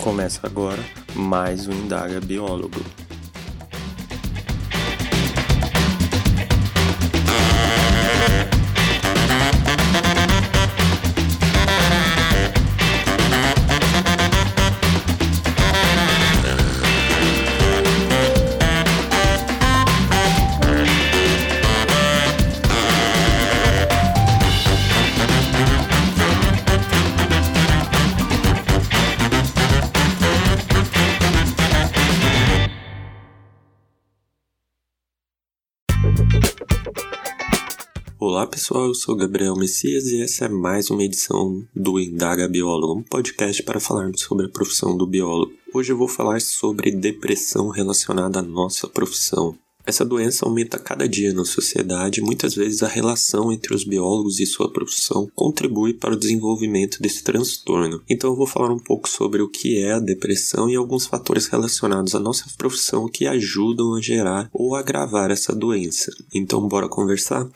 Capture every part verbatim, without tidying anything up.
Começa agora mais um Indaga Biólogo. Olá pessoal, eu sou Gabriel Messias e essa é mais uma edição do Indaga Biólogo, um podcast para falarmos sobre a profissão do biólogo. Hoje eu vou falar sobre depressão relacionada à nossa profissão. Essa doença aumenta a cada dia na sociedade e muitas vezes a relação entre os biólogos e sua profissão contribui para o desenvolvimento desse transtorno. Então eu vou falar um pouco sobre o que é a depressão e alguns fatores relacionados à nossa profissão que ajudam a gerar ou agravar essa doença. Então bora conversar?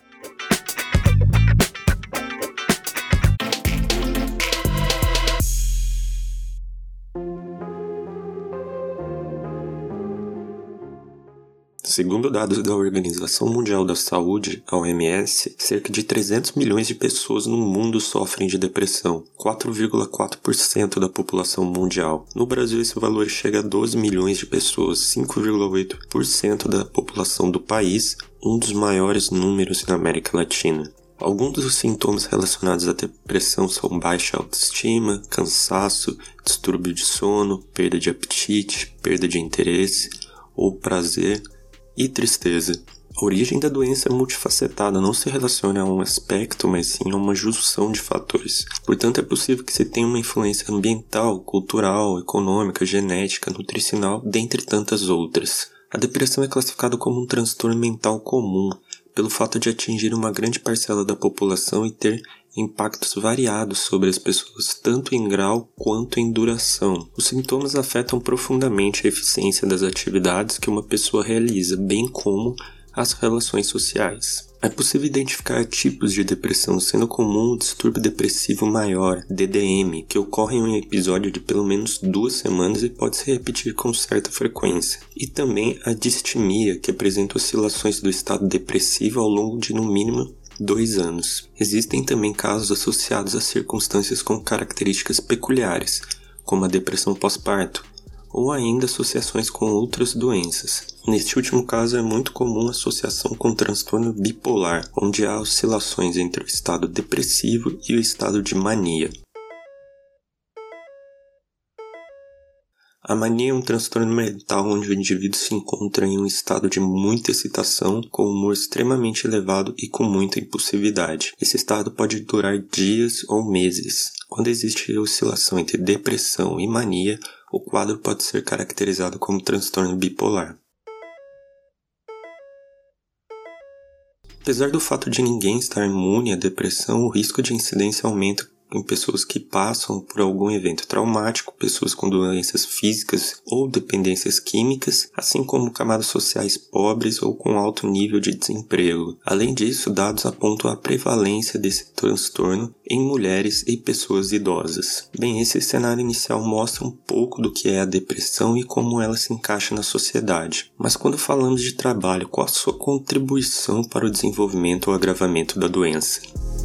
Segundo dados da Organização Mundial da Saúde, a O M S, cerca de trezentos milhões de pessoas no mundo sofrem de depressão, quatro vírgula quatro por cento da população mundial. No Brasil, esse valor chega a doze milhões de pessoas, cinco vírgula oito por cento da população do país, um dos maiores números na América Latina. Alguns dos sintomas relacionados à depressão são baixa autoestima, cansaço, distúrbio de sono, perda de apetite, perda de interesse ou prazer, e tristeza. A origem da doença é multifacetada, não se relaciona a um aspecto, mas sim a uma junção de fatores. Portanto, é possível que se tenha uma influência ambiental, cultural, econômica, genética, nutricional, dentre tantas outras. A depressão é classificada como um transtorno mental comum, pelo fato de atingir uma grande parcela da população e ter impactos variados sobre as pessoas, tanto em grau quanto em duração. Os sintomas afetam profundamente a eficiência das atividades que uma pessoa realiza, bem como as relações sociais. É possível identificar tipos de depressão, sendo comum o distúrbio depressivo maior, D D M, que ocorre em um episódio de pelo menos duas semanas e pode se repetir com certa frequência. E também a distimia, que apresenta oscilações do estado depressivo ao longo de no mínimo dois anos. Existem também casos associados a circunstâncias com características peculiares, como a depressão pós-parto, ou ainda associações com outras doenças. Neste último caso é muito comum a associação com transtorno bipolar, onde há oscilações entre o estado depressivo e o estado de mania. A mania é um transtorno mental onde o indivíduo se encontra em um estado de muita excitação, com humor extremamente elevado e com muita impulsividade. Esse estado pode durar dias ou meses. Quando existe oscilação entre depressão e mania, o quadro pode ser caracterizado como transtorno bipolar. Apesar do fato de ninguém estar imune à depressão, o risco de incidência aumenta em pessoas que passam por algum evento traumático, pessoas com doenças físicas ou dependências químicas, assim como camadas sociais pobres ou com alto nível de desemprego. Além disso, dados apontam a prevalência desse transtorno em mulheres e pessoas idosas. Bem, esse cenário inicial mostra um pouco do que é a depressão e como ela se encaixa na sociedade. Mas quando falamos de trabalho, qual a sua contribuição para o desenvolvimento ou agravamento da doença?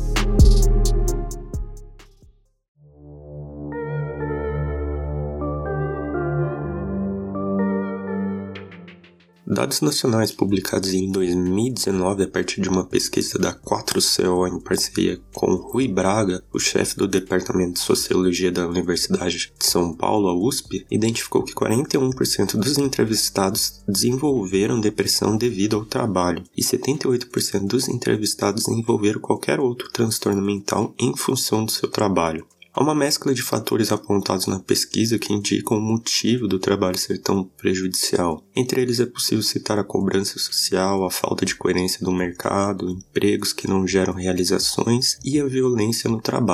Dados nacionais publicados em dois mil e dezenove a partir de uma pesquisa da quatro C O em parceria com Rui Braga, o chefe do Departamento de Sociologia da Universidade de São Paulo, a U S P, identificou que quarenta e um por cento dos entrevistados desenvolveram depressão devido ao trabalho e setenta e oito por cento dos entrevistados desenvolveram qualquer outro transtorno mental em função do seu trabalho. Há uma mescla de fatores apontados na pesquisa que indicam o motivo do trabalho ser tão prejudicial. Entre eles é possível citar a cobrança social, a falta de coerência do mercado, empregos que não geram realizações e a violência no trabalho.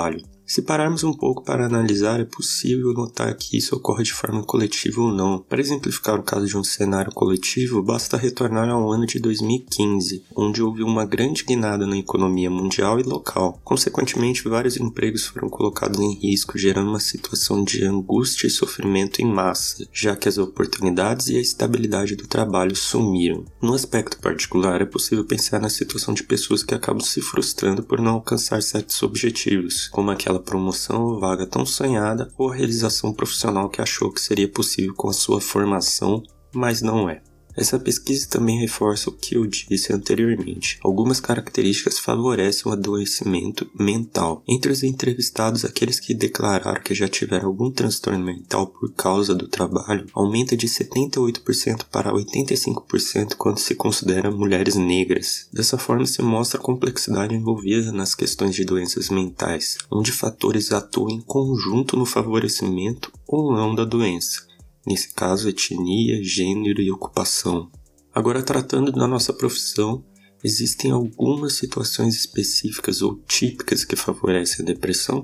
Se pararmos um pouco para analisar, é possível notar que isso ocorre de forma coletiva ou não. Para exemplificar o caso de um cenário coletivo, basta retornar ao ano de dois mil e quinze, onde houve uma grande guinada na economia mundial e local. Consequentemente, vários empregos foram colocados em risco, gerando uma situação de angústia e sofrimento em massa, já que as oportunidades e a estabilidade do trabalho sumiram. No aspecto particular, é possível pensar na situação de pessoas que acabam se frustrando por não alcançar certos objetivos, como aquela promoção ou vaga tão sonhada ou a realização profissional que achou que seria possível com a sua formação, mas não é. Essa pesquisa também reforça o que eu disse anteriormente. Algumas características favorecem o adoecimento mental. Entre os entrevistados, aqueles que declararam que já tiveram algum transtorno mental por causa do trabalho aumenta de setenta e oito por cento para oitenta e cinco por cento quando se considera mulheres negras. Dessa forma, se mostra a complexidade envolvida nas questões de doenças mentais, onde fatores atuam em conjunto no favorecimento ou não da doença. Nesse caso, etnia, gênero e ocupação. Agora, tratando da nossa profissão, existem algumas situações específicas ou típicas que favorecem a depressão?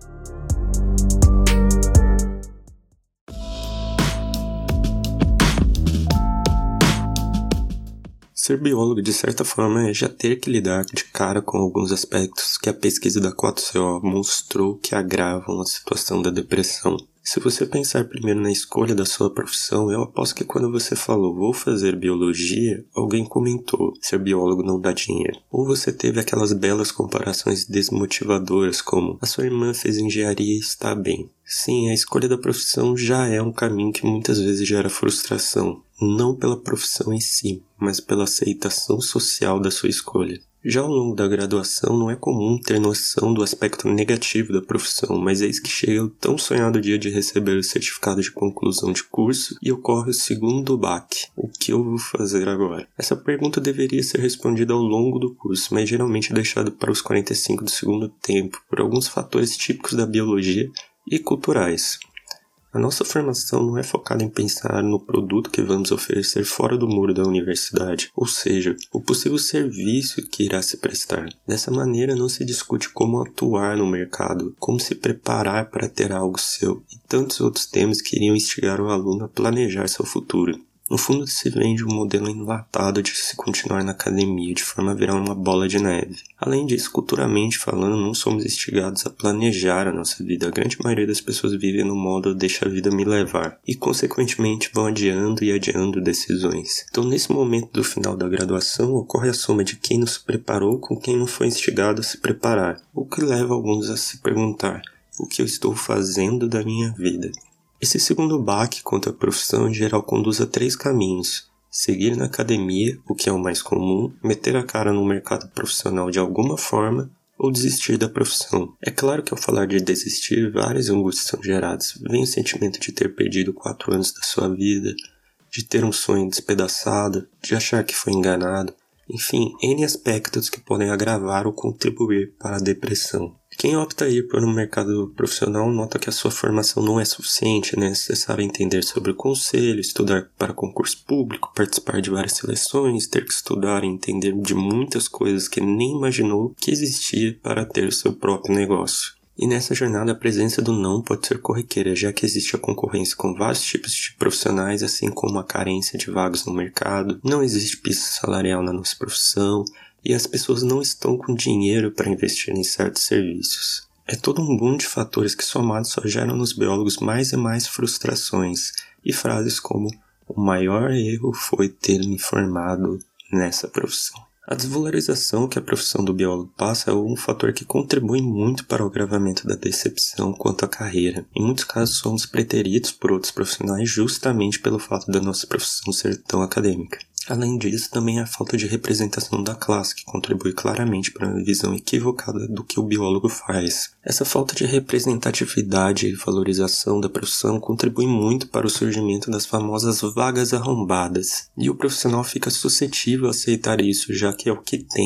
Ser biólogo, de certa forma, é já ter que lidar de cara com alguns aspectos que a pesquisa da quatro C O mostrou que agravam a situação da depressão. Se você pensar primeiro na escolha da sua profissão, eu aposto que quando você falou vou fazer biologia, alguém comentou, ser biólogo não dá dinheiro. Ou você teve aquelas belas comparações desmotivadoras como a sua irmã fez engenharia e está bem. Sim, a escolha da profissão já é um caminho que muitas vezes gera frustração, não pela profissão em si, mas pela aceitação social da sua escolha. Já ao longo da graduação não é comum ter noção do aspecto negativo da profissão, mas eis que chega o tão sonhado dia de receber o certificado de conclusão de curso e ocorre o segundo baque. O que eu vou fazer agora? Essa pergunta deveria ser respondida ao longo do curso, mas geralmente é deixada para os quarenta e cinco do segundo tempo, por alguns fatores típicos da biologia e culturais. A nossa formação não é focada em pensar no produto que vamos oferecer fora do muro da universidade, ou seja, o possível serviço que irá se prestar. Dessa maneira, não se discute como atuar no mercado, como se preparar para ter algo seu e tantos outros temas que iriam instigar o aluno a planejar seu futuro. No fundo, se vende um modelo enlatado de se continuar na academia, de forma a virar uma bola de neve. Além disso, culturalmente falando, não somos instigados a planejar a nossa vida. A grande maioria das pessoas vive no modo deixa a vida me levar, e consequentemente vão adiando e adiando decisões. Então, nesse momento do final da graduação, ocorre a soma de quem não se preparou com quem não foi instigado a se preparar, o que leva alguns a se perguntar, o que eu estou fazendo da minha vida? Esse segundo baque contra a profissão em geral conduz a três caminhos: seguir na academia, o que é o mais comum, meter a cara no mercado profissional de alguma forma, ou desistir da profissão. É claro que ao falar de desistir, várias angústias são geradas. Vem o sentimento de ter perdido quatro anos da sua vida, de ter um sonho despedaçado, de achar que foi enganado, enfim, N aspectos que podem agravar ou contribuir para a depressão. Quem opta a ir por um mercado profissional nota que a sua formação não é suficiente, é necessário entender sobre o conselho, estudar para concurso público, participar de várias seleções, ter que estudar e entender de muitas coisas que nem imaginou que existia para ter o seu próprio negócio. E nessa jornada a presença do não pode ser corriqueira, já que existe a concorrência com vários tipos de profissionais, assim como a carência de vagas no mercado, não existe pista salarial na nossa profissão, e as pessoas não estão com dinheiro para investir em certos serviços. É todo um boom de fatores que somados só geram nos biólogos mais e mais frustrações, e frases como o maior erro foi ter me formado nessa profissão. A desvalorização que a profissão do biólogo passa é um fator que contribui muito para o agravamento da decepção quanto à carreira. Em muitos casos somos preteridos por outros profissionais justamente pelo fato da nossa profissão ser tão acadêmica. Além disso, também a falta de representação da classe, que contribui claramente para uma visão equivocada do que o biólogo faz. Essa falta de representatividade e valorização da profissão contribui muito para o surgimento das famosas vagas arrombadas, e o profissional fica suscetível a aceitar isso, já que é o que tem,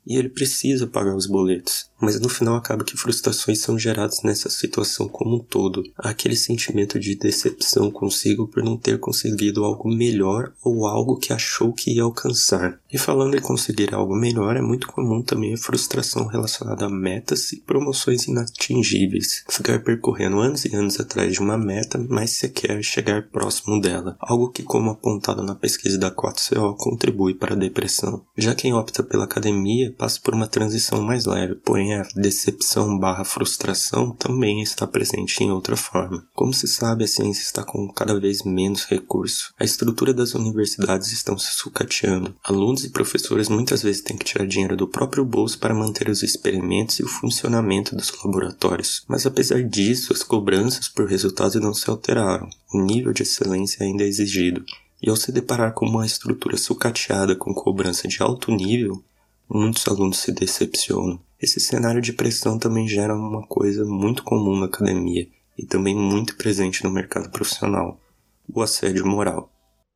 e ele precisa pagar os boletos. Mas no final acaba que frustrações são geradas nessa situação como um todo. Há aquele sentimento de decepção consigo por não ter conseguido algo melhor ou algo que achou que ia alcançar. E falando em conseguir algo melhor, é muito comum também a frustração relacionada a metas e promoções inatingíveis. Ficar percorrendo anos e anos atrás de uma meta, mas sequer chegar próximo dela. Algo que, como apontado na pesquisa da quatro C O, contribui para a depressão. Já quem opta pela academia passa por uma transição mais leve, porém a decepção barra frustração também está presente em outra forma. Como se sabe, a ciência está com cada vez menos recurso. A estrutura das universidades estão se sucateando. Alunos e professores muitas vezes têm que tirar dinheiro do próprio bolso para manter os experimentos e o funcionamento dos laboratórios. Mas apesar disso, as cobranças por resultados não se alteraram. O nível de excelência ainda é exigido. E ao se deparar com uma estrutura sucateada com cobrança de alto nível, muitos alunos se decepcionam. Esse cenário de pressão também gera uma coisa muito comum na academia e também muito presente no mercado profissional: o assédio moral.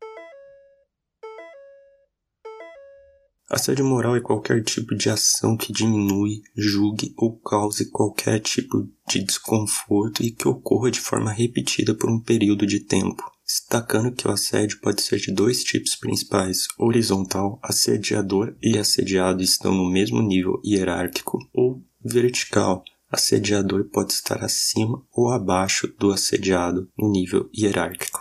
Assédio moral é qualquer tipo de ação que diminui, julgue ou cause qualquer tipo de desconforto e que ocorra de forma repetida por um período de tempo. Destacando que o assédio pode ser de dois tipos principais: horizontal, assediador e assediado estão no mesmo nível hierárquico, ou vertical, assediador pode estar acima ou abaixo do assediado no nível hierárquico.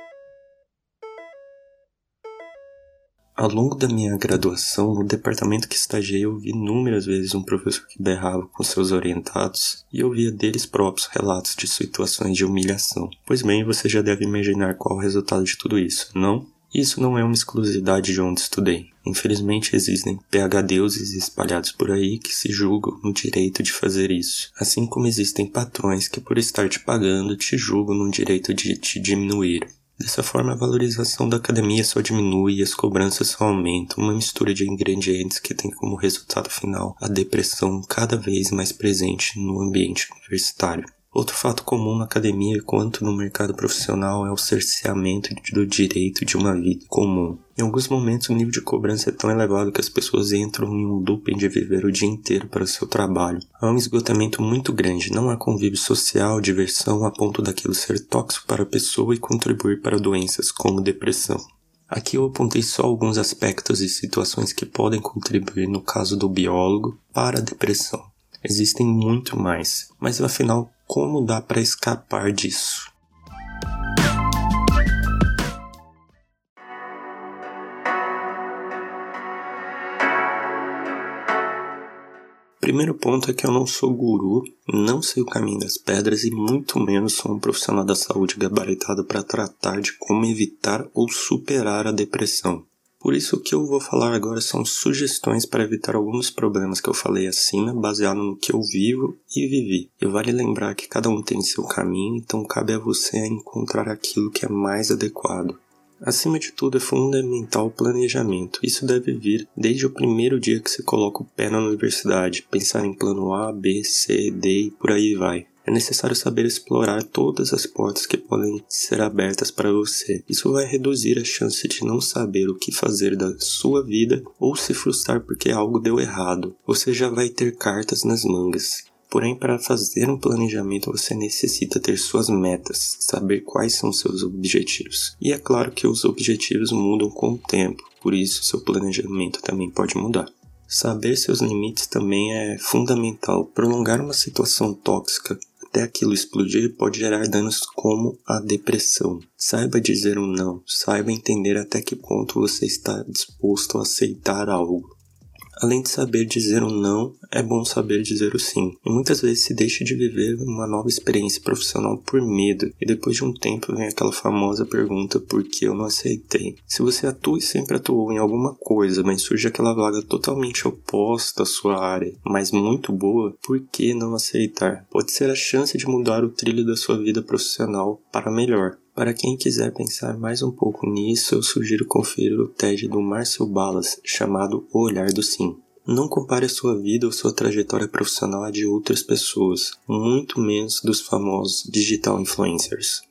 Ao longo da minha graduação, no departamento que estagiei, eu vi inúmeras vezes um professor que berrava com seus orientados e ouvia deles próprios relatos de situações de humilhação. Pois bem, você já deve imaginar qual o resultado de tudo isso, não? Isso não é uma exclusividade de onde estudei. Infelizmente existem P H deuses espalhados por aí que se julgam no direito de fazer isso. Assim como existem patrões que, por estar te pagando, te julgam no direito de te diminuir. Dessa forma, a valorização da academia só diminui e as cobranças só aumentam, uma mistura de ingredientes que tem como resultado final a depressão cada vez mais presente no ambiente universitário. Outro fato comum na academia quanto no mercado profissional é o cerceamento do direito de uma vida comum. Em alguns momentos o nível de cobrança é tão elevado que as pessoas entram em um looping de viver o dia inteiro para o seu trabalho. Há um esgotamento muito grande, não há convívio social, diversão a ponto daquilo ser tóxico para a pessoa e contribuir para doenças como depressão. Aqui eu apontei só alguns aspectos e situações que podem contribuir no caso do biólogo para a depressão. Existem muito mais, mas afinal, como dá para escapar disso? Primeiro ponto é que eu não sou guru, não sei o caminho das pedras e muito menos sou um profissional da saúde gabaritado para tratar de como evitar ou superar a depressão. Por isso, o que eu vou falar agora são sugestões para evitar alguns problemas que eu falei acima, baseado no que eu vivo e vivi. E vale lembrar que cada um tem seu caminho, então cabe a você encontrar aquilo que é mais adequado. Acima de tudo, é fundamental o planejamento. Isso deve vir desde o primeiro dia que você coloca o pé na universidade, pensar em plano A, B, C, D e por aí vai. É necessário saber explorar todas as portas que podem ser abertas para você. Isso vai reduzir a chance de não saber o que fazer da sua vida ou se frustrar porque algo deu errado. Você já vai ter cartas nas mangas. Porém, para fazer um planejamento, você necessita ter suas metas, saber quais são seus objetivos. E é claro que os objetivos mudam com o tempo, por isso seu planejamento também pode mudar. Saber seus limites também é fundamental. Prolongar uma situação tóxica até aquilo explodir pode gerar danos como a depressão. Saiba dizer um não, saiba entender até que ponto você está disposto a aceitar algo. Além de saber dizer um não, é bom saber dizer o sim. E muitas vezes se deixa de viver uma nova experiência profissional por medo. E depois de um tempo vem aquela famosa pergunta: por que eu não aceitei? Se você atua e sempre atuou em alguma coisa, mas surge aquela vaga totalmente oposta à sua área, mas muito boa, por que não aceitar? Pode ser a chance de mudar o trilho da sua vida profissional para melhor. Para quem quiser pensar mais um pouco nisso, eu sugiro conferir o TED do Márcio Balas, chamado O Olhar do Sim. Não compare a sua vida ou sua trajetória profissional à de outras pessoas, muito menos dos famosos digital influencers.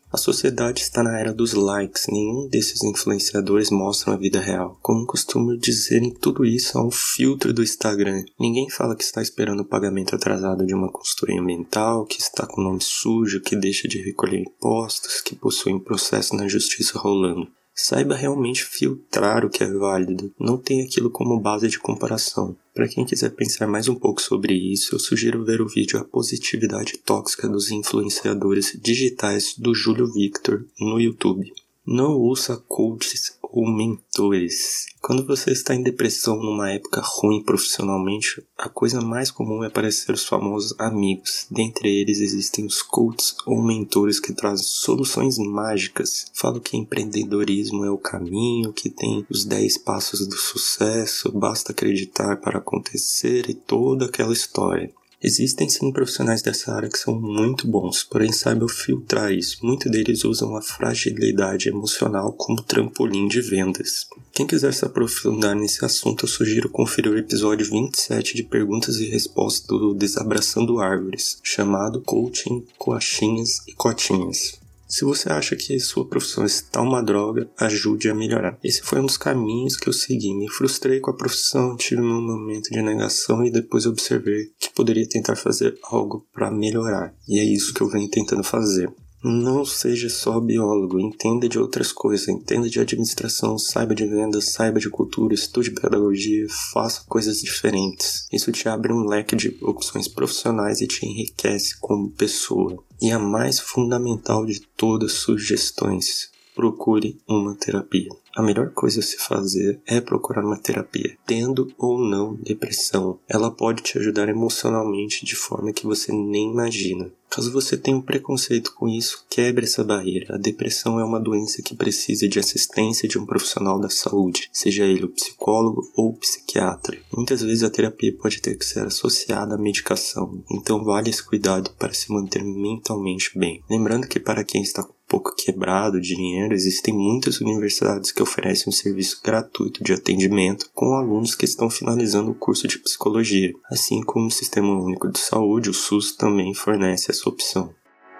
A sociedade está na era dos likes, nenhum desses influenciadores mostram a vida real. Como costumo dizer, em tudo isso há um filtro do Instagram. Ninguém fala que está esperando o pagamento atrasado de uma consultoria ambiental, que está com o nome sujo, que deixa de recolher impostos, que possui um processo na justiça rolando. Saiba realmente filtrar o que é válido, não tenha aquilo como base de comparação. Para quem quiser pensar mais um pouco sobre isso, eu sugiro ver o vídeo A Positividade Tóxica dos Influenciadores Digitais do Júlio Victor no YouTube. Não ouça coaches ou mentores. Quando você está em depressão numa época ruim profissionalmente, a coisa mais comum é parecer os famosos amigos. Dentre eles existem os coaches ou mentores que trazem soluções mágicas. Falam que empreendedorismo é o caminho, que tem os dez passos do sucesso, basta acreditar para acontecer e toda aquela história. Existem sim profissionais dessa área que são muito bons, porém saibam filtrar isso. Muitos deles usam a fragilidade emocional como trampolim de vendas. Quem quiser se aprofundar nesse assunto, eu sugiro conferir o episódio vinte e sete de perguntas e respostas do Desabraçando Árvores, chamado Coaching, Coachinhas e Cotinhas. Se você acha que sua profissão está uma droga, ajude a melhorar. Esse foi um dos caminhos que eu segui. Me frustrei com a profissão, tive um momento de negação e depois observei que poderia tentar fazer algo para melhorar. E é isso que eu venho tentando fazer. Não seja só biólogo, entenda de outras coisas, entenda de administração, saiba de vendas, saiba de cultura, estude pedagogia, faça coisas diferentes. Isso te abre um leque de opções profissionais e te enriquece como pessoa. E a mais fundamental de todas, sugestões: procure uma terapia. A melhor coisa a se fazer é procurar uma terapia. Tendo ou não depressão, ela pode te ajudar emocionalmente de forma que você nem imagina. Caso você tenha um preconceito com isso, quebre essa barreira. A depressão é uma doença que precisa de assistência de um profissional da saúde, seja ele o psicólogo ou o psiquiatra. Muitas vezes a terapia pode ter que ser associada à medicação, então vale esse cuidado para se manter mentalmente bem. Lembrando que para quem está um pouco quebrado de dinheiro, existem muitas universidades que oferecem um serviço gratuito de atendimento com alunos que estão finalizando o curso de psicologia, assim como o Sistema Único de Saúde, o SUS, também fornece essa opção.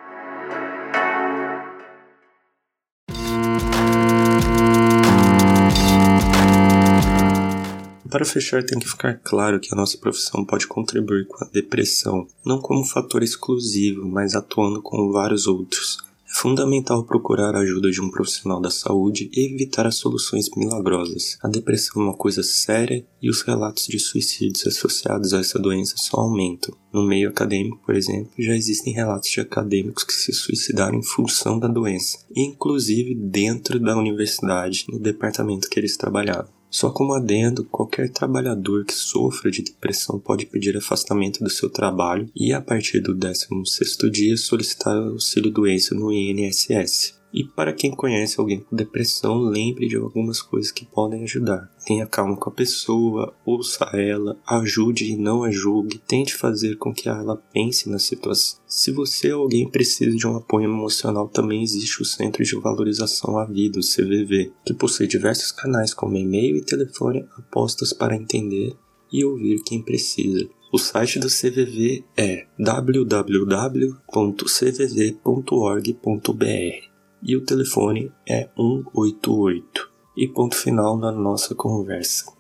Para fechar, tem que ficar claro que a nossa profissão pode contribuir com a depressão, não como fator exclusivo, mas atuando com vários outros. É fundamental procurar a ajuda de um profissional da saúde e evitar as soluções milagrosas. A depressão é uma coisa séria e os relatos de suicídios associados a essa doença só aumentam. No meio acadêmico, por exemplo, já existem relatos de acadêmicos que se suicidaram em função da doença, inclusive dentro da universidade, no departamento que eles trabalhavam. Só como adendo, qualquer trabalhador que sofra de depressão pode pedir afastamento do seu trabalho e, a partir do décimo sexto dia, solicitar auxílio-doença no I N S S. E para quem conhece alguém com depressão, lembre de algumas coisas que podem ajudar. Tenha calma com a pessoa, ouça ela, ajude e não a julgue, tente fazer com que ela pense na situação. Se você ou alguém precisa de um apoio emocional, também existe o Centro de Valorização à Vida, o C V V, que possui diversos canais como e-mail e telefone apostos para entender e ouvir quem precisa. O site do C V V é w w w ponto c v v ponto org ponto b r. E o telefone é um oito oito. E ponto final na nossa conversa.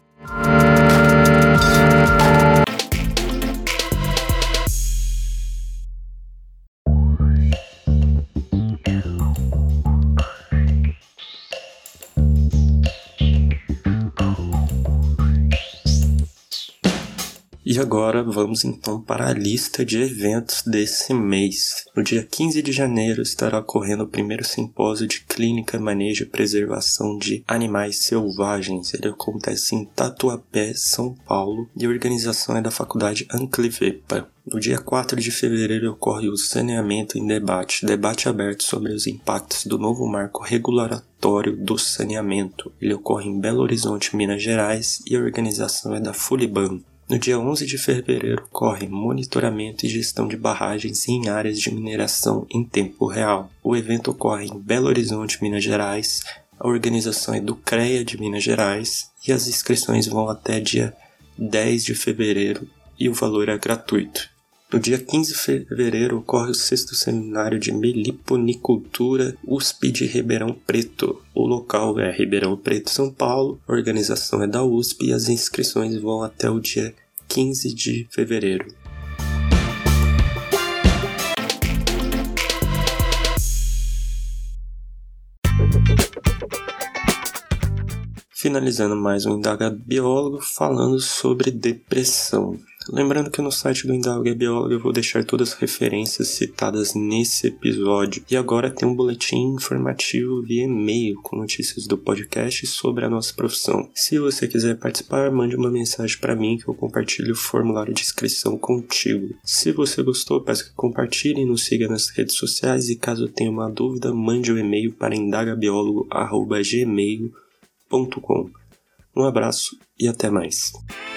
E agora vamos então para a lista de eventos desse mês. No dia quinze de janeiro estará ocorrendo o primeiro simpósio de Clínica, Manejo e Preservação de Animais Selvagens. Ele acontece em Tatuapé, São Paulo, e a organização é da Faculdade Anclivepa. No dia quatro de fevereiro ocorre o Saneamento em Debate, debate aberto sobre os impactos do novo marco regulatório do saneamento. Ele ocorre em Belo Horizonte, Minas Gerais, e a organização é da Fuliban. No dia onze de fevereiro ocorre monitoramento e gestão de barragens em áreas de mineração em tempo real. O evento ocorre em Belo Horizonte, Minas Gerais. A organização é do CREA de Minas Gerais e as inscrições vão até dia dez de fevereiro e o valor é gratuito. No dia quinze de fevereiro ocorre o sexto seminário de meliponicultura U S P de Ribeirão Preto. O local é Ribeirão Preto, São Paulo, a organização é da U S P e as inscrições vão até o dia quinze de fevereiro. Finalizando mais um Indaga Biólogo falando sobre depressão. Lembrando que no site do Indaga Biólogo eu vou deixar todas as referências citadas nesse episódio. E agora tem um boletim informativo via e-mail com notícias do podcast sobre a nossa profissão. Se você quiser participar, mande uma mensagem para mim que eu compartilho o formulário de inscrição contigo. Se você gostou, peço que compartilhe e nos siga nas redes sociais e caso tenha uma dúvida, mande o um e-mail para indagabiólogo arroba gmail ponto com. Um abraço e até mais.